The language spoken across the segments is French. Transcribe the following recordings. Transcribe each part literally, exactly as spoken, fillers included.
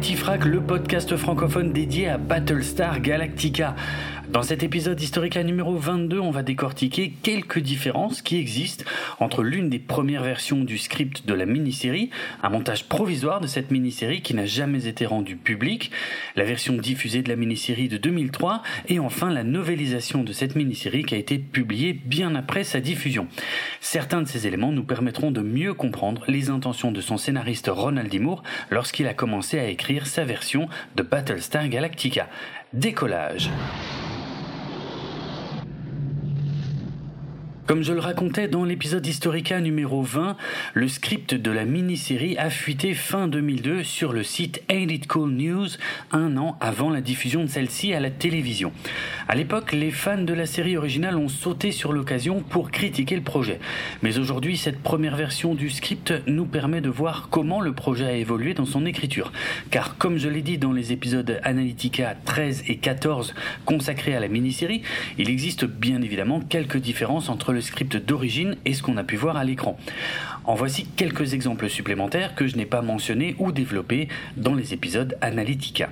Multifrac, le podcast francophone dédié à Battlestar Galactica. Dans cet épisode historique numéro vingt-deux, on va décortiquer quelques différences qui existent entre l'une des premières versions du script de la mini-série, un montage provisoire de cette mini-série qui n'a jamais été rendu public, la version diffusée de la mini-série de deux mille trois et enfin la novélisation de cette mini-série qui a été publiée bien après sa diffusion. Certains de ces éléments nous permettront de mieux comprendre les intentions de son scénariste Ronald D. Moore lorsqu'il a commencé à écrire sa version de Battlestar Galactica. Décollage. Comme je le racontais dans l'épisode Historica numéro vingt, le script de la mini-série a fuité fin deux mille deux sur le site Ain't It Cool News, un an avant la diffusion de celle-ci à la télévision. À l'époque, les fans de la série originale ont sauté sur l'occasion pour critiquer le projet. Mais aujourd'hui, cette première version du script nous permet de voir comment le projet a évolué dans son écriture. Car comme je l'ai dit dans les épisodes Analytica treize et quatorze consacrés à la mini-série, il existe bien évidemment quelques différences entre le script d'origine et ce qu'on a pu voir à l'écran. En voici quelques exemples supplémentaires que je n'ai pas mentionnés ou développés dans les épisodes Analytica.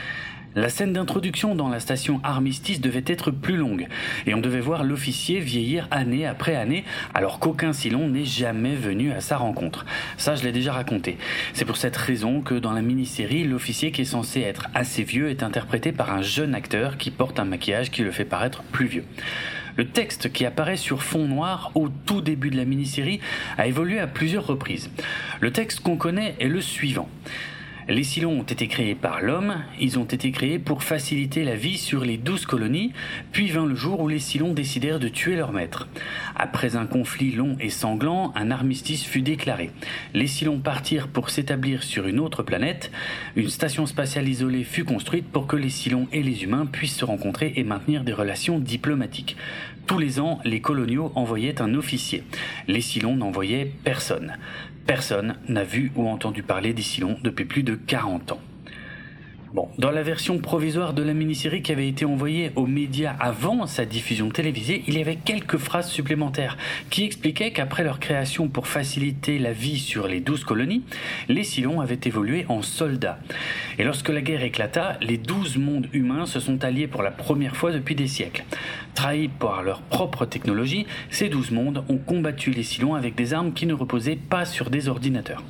La scène d'introduction dans la station Armistice devait être plus longue et on devait voir l'officier vieillir année après année alors qu'aucun Cylon n'est jamais venu à sa rencontre. Ça, je l'ai déjà raconté. C'est pour cette raison que dans la mini-série, l'officier qui est censé être assez vieux est interprété par un jeune acteur qui porte un maquillage qui le fait paraître plus vieux. Le texte qui apparaît sur fond noir au tout début de la mini-série a évolué à plusieurs reprises. Le texte qu'on connaît est le suivant. Les Cylons ont été créés par l'homme, ils ont été créés pour faciliter la vie sur les douze colonies, puis vint le jour où les Cylons décidèrent de tuer leur maître. Après un conflit long et sanglant, un armistice fut déclaré. Les Cylons partirent pour s'établir sur une autre planète, une station spatiale isolée fut construite pour que les Cylons et les humains puissent se rencontrer et maintenir des relations diplomatiques. Tous les ans, les coloniaux envoyaient un officier. Les Cylons n'envoyaient personne. Personne n'a vu ou entendu parler des Cylons depuis plus de quarante ans. Bon, dans la version provisoire de la mini-série qui avait été envoyée aux médias avant sa diffusion télévisée, il y avait quelques phrases supplémentaires qui expliquaient qu'après leur création pour faciliter la vie sur les douze colonies, les Cylons avaient évolué en soldats. Et lorsque la guerre éclata, les douze mondes humains se sont alliés pour la première fois depuis des siècles. Trahis par leur propre technologie, ces douze mondes ont combattu les Cylons avec des armes qui ne reposaient pas sur des ordinateurs.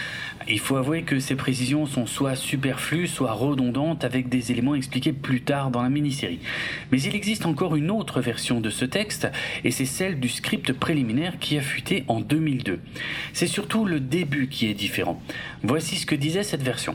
Il faut avouer que ces précisions sont soit superflues, soit redondantes avec des éléments expliqués plus tard dans la mini-série. Mais il existe encore une autre version de ce texte, et c'est celle du script préliminaire qui a fuité en deux mille deux. C'est surtout le début qui est différent. Voici ce que disait cette version.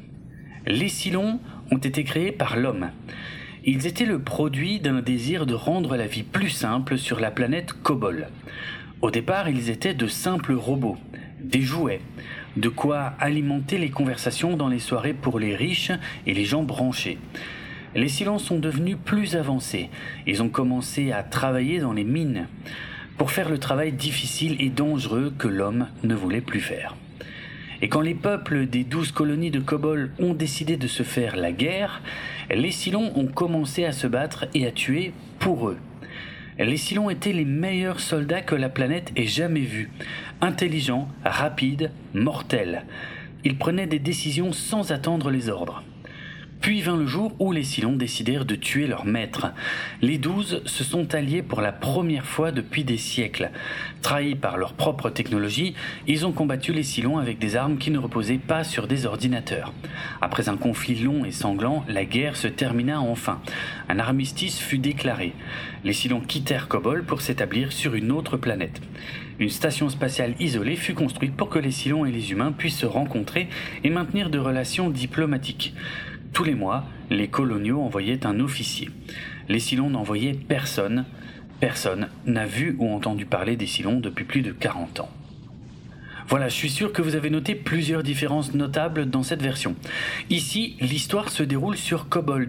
Les Cylons ont été créés par l'homme. Ils étaient le produit d'un désir de rendre la vie plus simple sur la planète Kobol. Au départ, ils étaient de simples robots, des jouets, de quoi alimenter les conversations dans les soirées pour les riches et les gens branchés. Les Cylons sont devenus plus avancés. Ils ont commencé à travailler dans les mines pour faire le travail difficile et dangereux que l'homme ne voulait plus faire. Et quand les peuples des douze colonies de Kobol ont décidé de se faire la guerre, les Cylons ont commencé à se battre et à tuer pour eux. Les Cylons étaient les meilleurs soldats que la planète ait jamais vus. Intelligents, rapides, mortels. Ils prenaient des décisions sans attendre les ordres. Puis vint le jour où les Cylons décidèrent de tuer leur maître. Les douze se sont alliés pour la première fois depuis des siècles. Trahis par leur propre technologie, ils ont combattu les Cylons avec des armes qui ne reposaient pas sur des ordinateurs. Après un conflit long et sanglant, la guerre se termina enfin. Un armistice fut déclaré. Les Cylons quittèrent Kobol pour s'établir sur une autre planète. Une station spatiale isolée fut construite pour que les Cylons et les humains puissent se rencontrer et maintenir de relations diplomatiques. Tous les mois, les coloniaux envoyaient un officier. Les Cylons n'envoyaient personne. Personne n'a vu ou entendu parler des Cylons depuis plus de quarante ans. Voilà, je suis sûr que vous avez noté plusieurs différences notables dans cette version. Ici, l'histoire se déroule sur Kobol, donc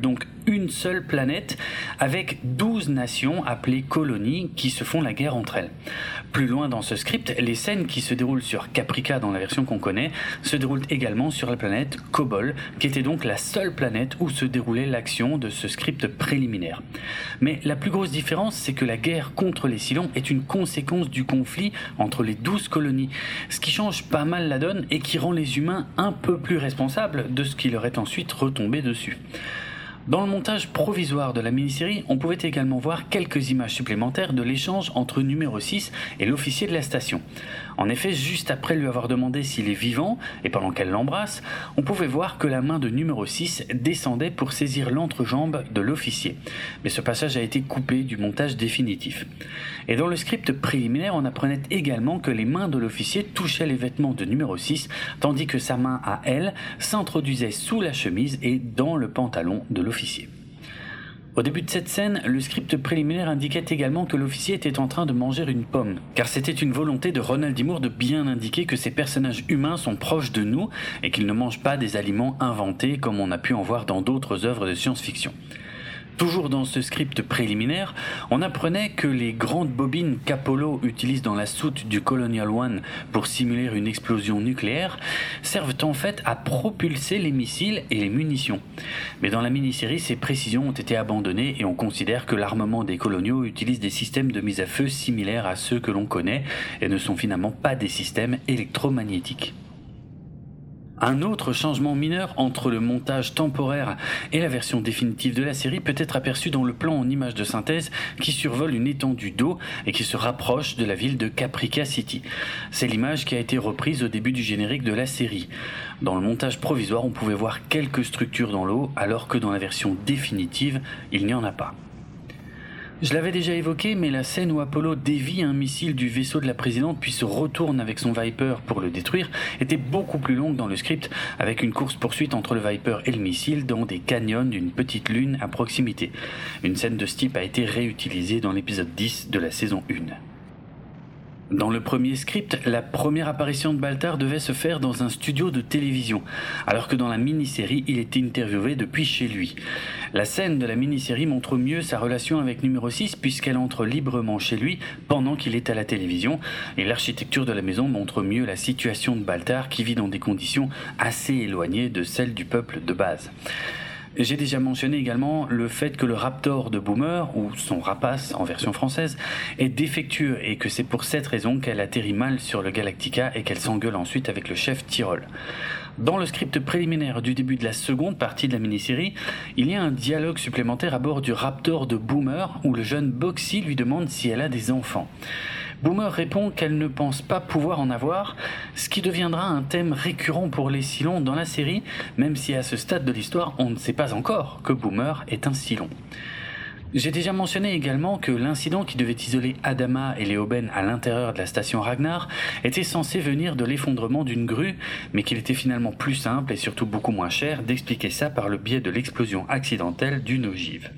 une seule planète avec douze nations appelées colonies qui se font la guerre entre elles. Plus loin dans ce script, les scènes qui se déroulent sur Caprica dans la version qu'on connaît se déroulent également sur la planète Kobol, qui était donc la seule planète où se déroulait l'action de ce script préliminaire. Mais la plus grosse différence, c'est que la guerre contre les Cylons est une conséquence du conflit entre les douze colonies, ce qui change pas mal la donne et qui rend les humains un peu plus responsables de ce qui leur est ensuite retombé dessus. Dans le montage provisoire de la mini-série, on pouvait également voir quelques images supplémentaires de l'échange entre numéro six et l'officier de la station. En effet, juste après lui avoir demandé s'il est vivant, et pendant qu'elle l'embrasse, on pouvait voir que la main de numéro six descendait pour saisir l'entrejambe de l'officier. Mais ce passage a été coupé du montage définitif. Et dans le script préliminaire, on apprenait également que les mains de l'officier touchaient les vêtements de numéro six, tandis que sa main à elle s'introduisait sous la chemise et dans le pantalon de l'officier. Au début de cette scène, le script préliminaire indiquait également que l'officier était en train de manger une pomme, car c'était une volonté de Ronald D. Moore de bien indiquer que ces personnages humains sont proches de nous et qu'ils ne mangent pas des aliments inventés comme on a pu en voir dans d'autres œuvres de science-fiction. Toujours dans ce script préliminaire, on apprenait que les grandes bobines qu'Apollo utilise dans la soute du Colonial One pour simuler une explosion nucléaire servent en fait à propulser les missiles et les munitions. Mais dans la mini-série, ces précisions ont été abandonnées et on considère que l'armement des coloniaux utilise des systèmes de mise à feu similaires à ceux que l'on connaît et ne sont finalement pas des systèmes électromagnétiques. Un autre changement mineur entre le montage temporaire et la version définitive de la série peut être aperçu dans le plan en images de synthèse qui survole une étendue d'eau et qui se rapproche de la ville de Caprica City. C'est l'image qui a été reprise au début du générique de la série. Dans le montage provisoire, on pouvait voir quelques structures dans l'eau, alors que dans la version définitive, il n'y en a pas. Je l'avais déjà évoqué, mais la scène où Apollo dévie un missile du vaisseau de la présidente puis se retourne avec son Viper pour le détruire était beaucoup plus longue dans le script, avec une course-poursuite entre le Viper et le missile dans des canyons d'une petite lune à proximité. Une scène de ce type a été réutilisée dans l'épisode dix de la saison un. Dans le premier script, la première apparition de Baltar devait se faire dans un studio de télévision, alors que dans la mini-série, il était interviewé depuis chez lui. La scène de la mini-série montre mieux sa relation avec numéro six puisqu'elle entre librement chez lui pendant qu'il est à la télévision, et l'architecture de la maison montre mieux la situation de Baltar qui vit dans des conditions assez éloignées de celles du peuple de base. J'ai déjà mentionné également le fait que le Raptor de Boomer, ou son rapace en version française, est défectueux et que c'est pour cette raison qu'elle atterrit mal sur le Galactica et qu'elle s'engueule ensuite avec le chef Tyrol. Dans le script préliminaire du début de la seconde partie de la mini-série, il y a un dialogue supplémentaire à bord du Raptor de Boomer où le jeune Boxy lui demande si elle a des enfants. Boomer répond qu'elle ne pense pas pouvoir en avoir, ce qui deviendra un thème récurrent pour les Cylons dans la série, même si à ce stade de l'histoire, on ne sait pas encore que Boomer est un Cylon. J'ai déjà mentionné également que l'incident qui devait isoler Adama et Leoben à l'intérieur de la station Ragnar était censé venir de l'effondrement d'une grue, mais qu'il était finalement plus simple et surtout beaucoup moins cher d'expliquer ça par le biais de l'explosion accidentelle d'une ogive.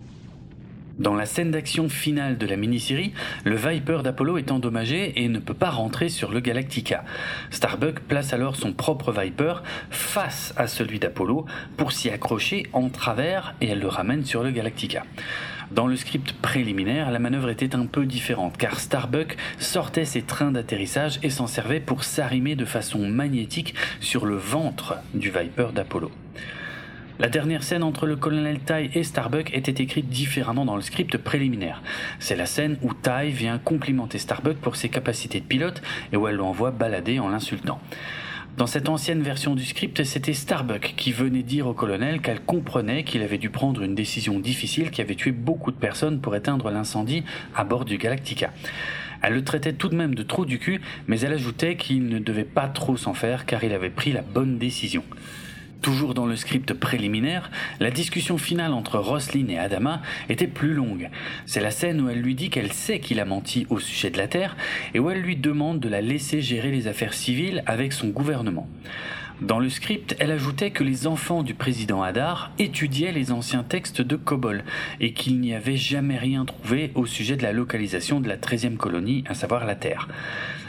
Dans la scène d'action finale de la mini-série, le Viper d'Apollo est endommagé et ne peut pas rentrer sur le Galactica. Starbuck place alors son propre Viper face à celui d'Apollo pour s'y accrocher en travers et elle le ramène sur le Galactica. Dans le script préliminaire, la manœuvre était un peu différente car Starbuck sortait ses trains d'atterrissage et s'en servait pour s'arrimer de façon magnétique sur le ventre du Viper d'Apollo. La dernière scène entre le colonel Tai et Starbuck était écrite différemment dans le script préliminaire. C'est la scène où Tai vient complimenter Starbuck pour ses capacités de pilote et où elle l'envoie balader en l'insultant. Dans cette ancienne version du script, c'était Starbuck qui venait dire au colonel qu'elle comprenait qu'il avait dû prendre une décision difficile qui avait tué beaucoup de personnes pour éteindre l'incendie à bord du Galactica. Elle le traitait tout de même de trou du cul, mais elle ajoutait qu'il ne devait pas trop s'en faire car il avait pris la bonne décision. Toujours dans le script préliminaire, la discussion finale entre Roslin et Adama était plus longue. C'est la scène où elle lui dit qu'elle sait qu'il a menti au sujet de la Terre et où elle lui demande de la laisser gérer les affaires civiles avec son gouvernement. Dans le script, elle ajoutait que les enfants du président Hadar étudiaient les anciens textes de Kobol et qu'il n'y avait jamais rien trouvé au sujet de la localisation de la treizième colonie, à savoir la Terre.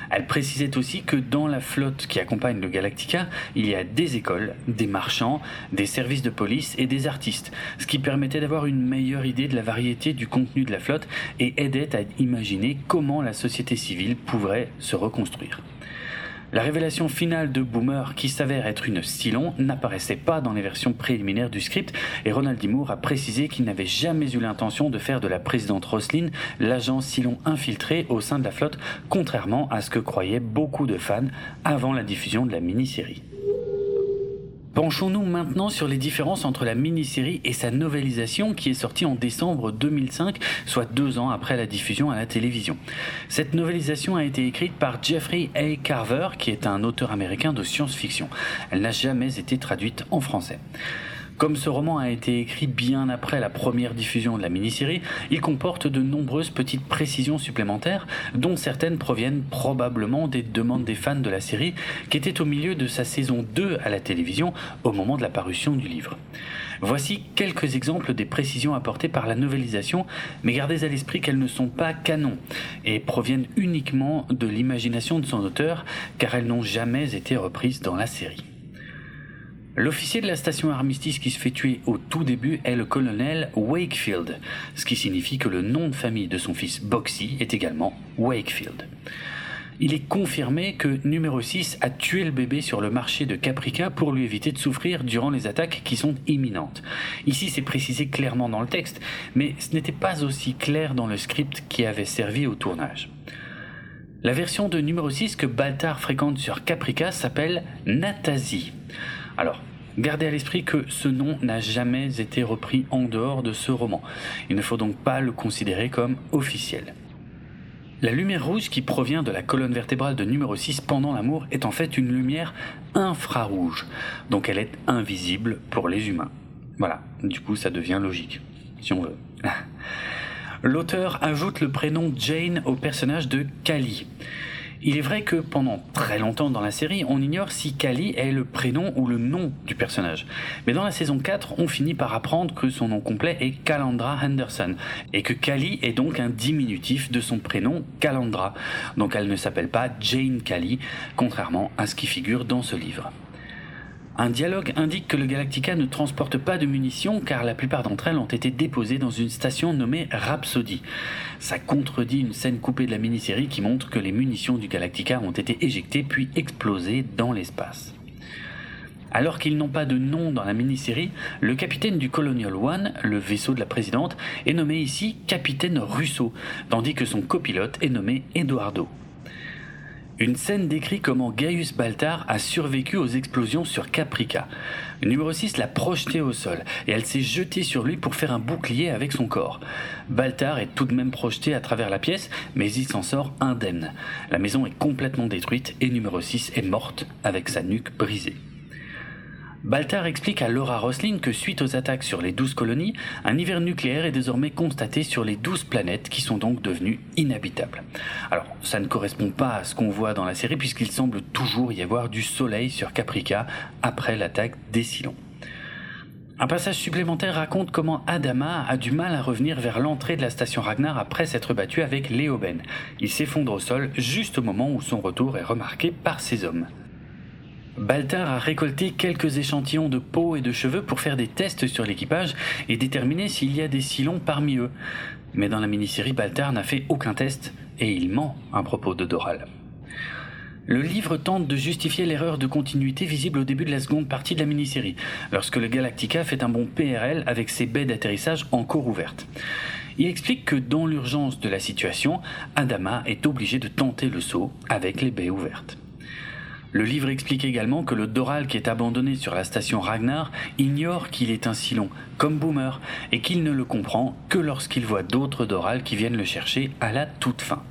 Elle précisait aussi que dans la flotte qui accompagne le Galactica, il y a des écoles, des marchands, des services de police et des artistes, ce qui permettait d'avoir une meilleure idée de la variété du contenu de la flotte et aidait à imaginer comment la société civile pourrait se reconstruire. La révélation finale de Boomer, qui s'avère être une Cylon, n'apparaissait pas dans les versions préliminaires du script et Ronald D. Moore a précisé qu'il n'avait jamais eu l'intention de faire de la présidente Roslin l'agent Cylon infiltré au sein de la flotte, contrairement à ce que croyaient beaucoup de fans avant la diffusion de la mini-série. Penchons-nous maintenant sur les différences entre la mini-série et sa novélisation qui est sortie en décembre deux mille cinq, soit deux ans après la diffusion à la télévision. Cette novélisation a été écrite par Jeffrey A. Carver, qui est un auteur américain de science-fiction. Elle n'a jamais été traduite en français. Comme ce roman a été écrit bien après la première diffusion de la mini-série, il comporte de nombreuses petites précisions supplémentaires, dont certaines proviennent probablement des demandes des fans de la série, qui étaient au milieu de sa saison deux à la télévision au moment de la parution du livre. Voici quelques exemples des précisions apportées par la novélisation, mais gardez à l'esprit qu'elles ne sont pas canon et proviennent uniquement de l'imagination de son auteur, car elles n'ont jamais été reprises dans la série. L'officier de la station Armistice qui se fait tuer au tout début est le colonel Wakefield, ce qui signifie que le nom de famille de son fils Boxy est également Wakefield. Il est confirmé que numéro six a tué le bébé sur le marché de Caprica pour lui éviter de souffrir durant les attaques qui sont imminentes. Ici, c'est précisé clairement dans le texte, mais ce n'était pas aussi clair dans le script qui avait servi au tournage. La version de numéro six que Baltar fréquente sur Caprica s'appelle Natasie. Alors, gardez à l'esprit que ce nom n'a jamais été repris en dehors de ce roman. Il ne faut donc pas le considérer comme officiel. La lumière rouge qui provient de la colonne vertébrale de numéro six pendant l'amour est en fait une lumière infrarouge, donc elle est invisible pour les humains. Voilà, du coup ça devient logique, si on veut. L'auteur ajoute le prénom Jane au personnage de Kali. Il est vrai que pendant très longtemps dans la série, on ignore si Kali est le prénom ou le nom du personnage. Mais dans la saison quatre, on finit par apprendre que son nom complet est Calandra Henderson, et que Kali est donc un diminutif de son prénom Calandra. Donc elle ne s'appelle pas Jane Kali, contrairement à ce qui figure dans ce livre. Un dialogue indique que le Galactica ne transporte pas de munitions car la plupart d'entre elles ont été déposées dans une station nommée Rhapsody. Ça contredit une scène coupée de la mini-série qui montre que les munitions du Galactica ont été éjectées puis explosées dans l'espace. Alors qu'ils n'ont pas de nom dans la mini-série, le capitaine du Colonial One, le vaisseau de la présidente, est nommé ici Capitaine Russo, tandis que son copilote est nommé Eduardo. Une scène décrit comment Gaius Baltar a survécu aux explosions sur Caprica. Le numéro six l'a projeté au sol et elle s'est jetée sur lui pour faire un bouclier avec son corps. Baltar est tout de même projeté à travers la pièce, mais il s'en sort indemne. La maison est complètement détruite et numéro six est morte avec sa nuque brisée. Baltar explique à Laura Roslin que suite aux attaques sur les douze colonies, un hiver nucléaire est désormais constaté sur les douze planètes qui sont donc devenues inhabitables. Alors, ça ne correspond pas à ce qu'on voit dans la série puisqu'il semble toujours y avoir du soleil sur Caprica après l'attaque des Cylons. Un passage supplémentaire raconte comment Adama a du mal à revenir vers l'entrée de la station Ragnar après s'être battu avec Leoben. Il s'effondre au sol juste au moment où son retour est remarqué par ses hommes. Baltar a récolté quelques échantillons de peau et de cheveux pour faire des tests sur l'équipage et déterminer s'il y a des Cylons parmi eux. Mais dans la mini-série, Baltar n'a fait aucun test et il ment à propos de Doral. Le livre tente de justifier l'erreur de continuité visible au début de la seconde partie de la mini-série, lorsque le Galactica fait un bond P R L avec ses baies d'atterrissage encore ouvertes. Il explique que dans l'urgence de la situation, Adama est obligé de tenter le saut avec les baies ouvertes. Le livre explique également que le Doral qui est abandonné sur la station Ragnar ignore qu'il est un Cylon, comme Boomer, et qu'il ne le comprend que lorsqu'il voit d'autres Doral qui viennent le chercher à la toute fin.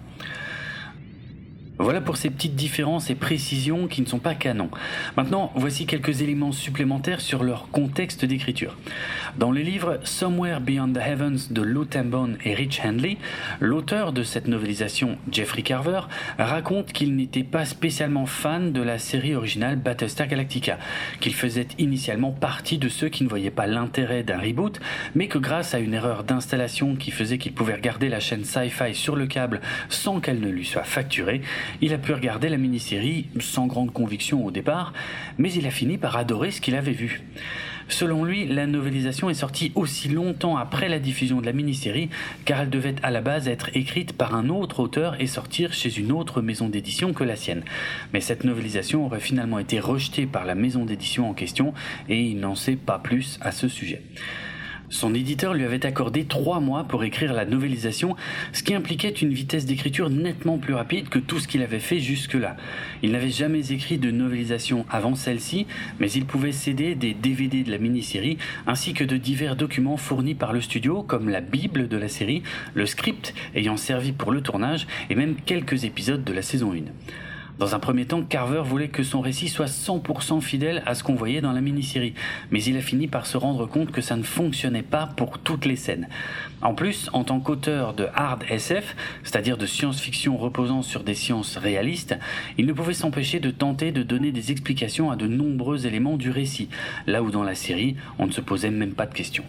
Voilà pour ces petites différences et précisions qui ne sont pas canons. Maintenant, voici quelques éléments supplémentaires sur leur contexte d'écriture. Dans le livre Somewhere Beyond the Heavens de Lou Tambone et Rich Handley, l'auteur de cette novélisation, Jeffrey Carver, raconte qu'il n'était pas spécialement fan de la série originale Battlestar Galactica, qu'il faisait initialement partie de ceux qui ne voyaient pas l'intérêt d'un reboot, mais que grâce à une erreur d'installation qui faisait qu'il pouvait regarder la chaîne Sci-Fi sur le câble sans qu'elle ne lui soit facturée, il a pu regarder la mini-série sans grande conviction au départ, mais il a fini par adorer ce qu'il avait vu. Selon lui, la novélisation est sortie aussi longtemps après la diffusion de la mini-série, car elle devait à la base être écrite par un autre auteur et sortir chez une autre maison d'édition que la sienne. Mais cette novélisation aurait finalement été rejetée par la maison d'édition en question, et il n'en sait pas plus à ce sujet. Son éditeur lui avait accordé trois mois pour écrire la novélisation, ce qui impliquait une vitesse d'écriture nettement plus rapide que tout ce qu'il avait fait jusque-là. Il n'avait jamais écrit de novélisation avant celle-ci, mais il pouvait céder des D V D de la mini-série, ainsi que de divers documents fournis par le studio, comme la Bible de la série, le script ayant servi pour le tournage, et même quelques épisodes de la saison un. Dans un premier temps, Carver voulait que son récit soit cent pour cent fidèle à ce qu'on voyait dans la mini-série, mais il a fini par se rendre compte que ça ne fonctionnait pas pour toutes les scènes. En plus, en tant qu'auteur de hard S F, c'est-à-dire de science-fiction reposant sur des sciences réalistes, il ne pouvait s'empêcher de tenter de donner des explications à de nombreux éléments du récit, là où dans la série, on ne se posait même pas de questions.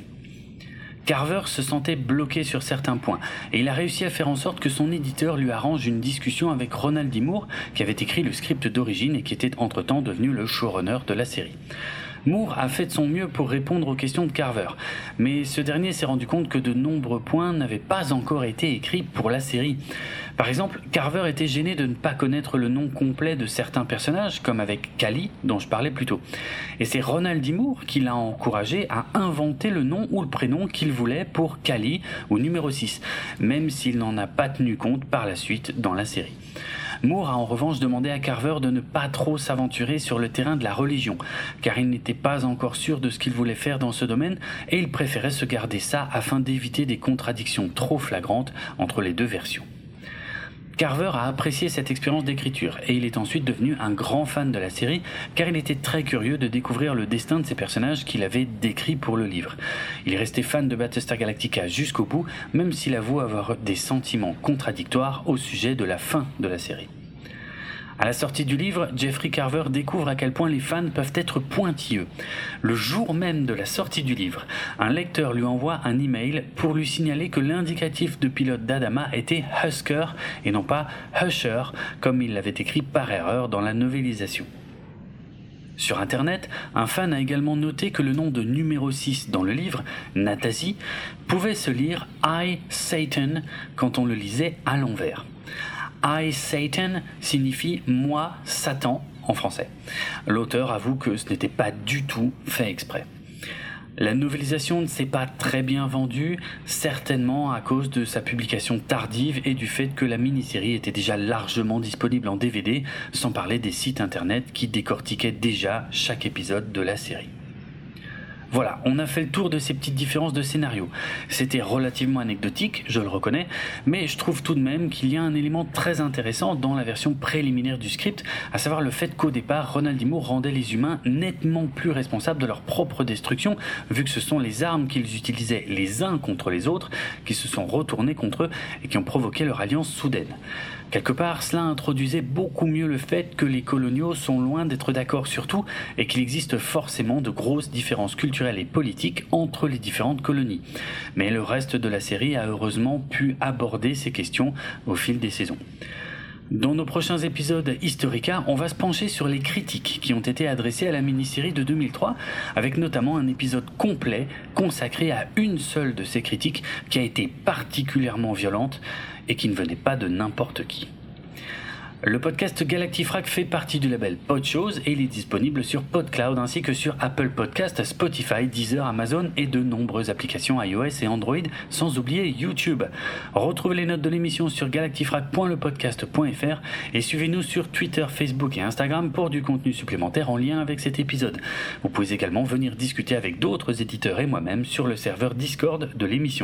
Carver se sentait bloqué sur certains points, et il a réussi à faire en sorte que son éditeur lui arrange une discussion avec Ronald D. Moore, qui avait écrit le script d'origine et qui était entre-temps devenu le showrunner de la série. Moore a fait de son mieux pour répondre aux questions de Carver, mais ce dernier s'est rendu compte que de nombreux points n'avaient pas encore été écrits pour la série. Par exemple, Carver était gêné de ne pas connaître le nom complet de certains personnages, comme avec Cally, dont je parlais plus tôt. Et c'est Ronald D. Moore qui l'a encouragé à inventer le nom ou le prénom qu'il voulait pour Cally ou numéro six, même s'il n'en a pas tenu compte par la suite dans la série. Moore a en revanche demandé à Carver de ne pas trop s'aventurer sur le terrain de la religion, car il n'était pas encore sûr de ce qu'il voulait faire dans ce domaine et il préférait se garder ça afin d'éviter des contradictions trop flagrantes entre les deux versions. Carver a apprécié cette expérience d'écriture et il est ensuite devenu un grand fan de la série car il était très curieux de découvrir le destin de ces personnages qu'il avait décrits pour le livre. Il est resté fan de Battlestar Galactica jusqu'au bout, même s'il avoue avoir des sentiments contradictoires au sujet de la fin de la série. À la sortie du livre, Jeffrey Carver découvre à quel point les fans peuvent être pointilleux. Le jour même de la sortie du livre, un lecteur lui envoie un email pour lui signaler que l'indicatif de pilote d'Adama était Husker et non pas Husher, comme il l'avait écrit par erreur dans la novélisation. Sur internet, un fan a également noté que le nom de numéro six dans le livre, Natasi, pouvait se lire I, Satan quand on le lisait à l'envers. I, Satan signifie « moi, Satan » en français. L'auteur avoue que ce n'était pas du tout fait exprès. La novélisation ne s'est pas très bien vendue, certainement à cause de sa publication tardive et du fait que la mini-série était déjà largement disponible en D V D, sans parler des sites internet qui décortiquaient déjà chaque épisode de la série. Voilà, on a fait le tour de ces petites différences de scénario. C'était relativement anecdotique, je le reconnais, mais je trouve tout de même qu'il y a un élément très intéressant dans la version préliminaire du script, à savoir le fait qu'au départ, Ronald D. Moore rendait les humains nettement plus responsables de leur propre destruction, vu que ce sont les armes qu'ils utilisaient les uns contre les autres qui se sont retournées contre eux et qui ont provoqué leur alliance soudaine. Quelque part, cela introduisait beaucoup mieux le fait que les coloniaux sont loin d'être d'accord sur tout et qu'il existe forcément de grosses différences culturelles et politiques entre les différentes colonies. Mais le reste de la série a heureusement pu aborder ces questions au fil des saisons. Dans nos prochains épisodes Historica, on va se pencher sur les critiques qui ont été adressées à la mini-série de deux mille trois, avec notamment un épisode complet consacré à une seule de ces critiques qui a été particulièrement violente et qui ne venait pas de n'importe qui. Le podcast Galactifrac fait partie du label Podchose et il est disponible sur PodCloud ainsi que sur Apple Podcast, Spotify, Deezer, Amazon et de nombreuses applications iOS et Android, sans oublier YouTube. Retrouvez les notes de l'émission sur galactifrac point le podcast point f r et suivez-nous sur Twitter, Facebook et Instagram pour du contenu supplémentaire en lien avec cet épisode. Vous pouvez également venir discuter avec d'autres éditeurs et moi-même sur le serveur Discord de l'émission.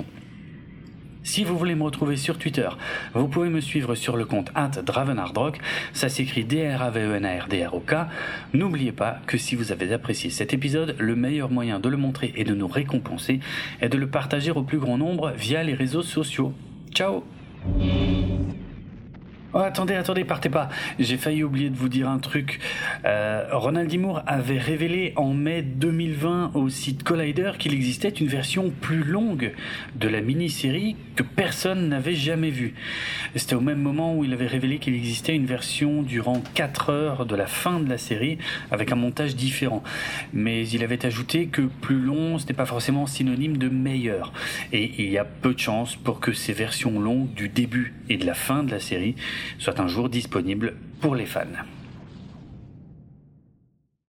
Si vous voulez me retrouver sur Twitter, vous pouvez me suivre sur le compte arobase dravenardrock, ça s'écrit D R A V E N A R D R O K. N'oubliez pas que si vous avez apprécié cet épisode, le meilleur moyen de le montrer et de nous récompenser est de le partager au plus grand nombre via les réseaux sociaux. Ciao! Oh, attendez, attendez, partez pas. J'ai failli oublier de vous dire un truc. Euh, Ronald D. Moore avait révélé en mai deux mille vingt au site Collider qu'il existait une version plus longue de la mini-série que personne n'avait jamais vue. C'était au même moment où il avait révélé qu'il existait une version durant quatre heures de la fin de la série avec un montage différent. Mais il avait ajouté que plus long, ce n'est pas forcément synonyme de meilleur. Et il y a peu de chances pour que ces versions longues du début et de la fin de la série soit un jour disponible pour les fans.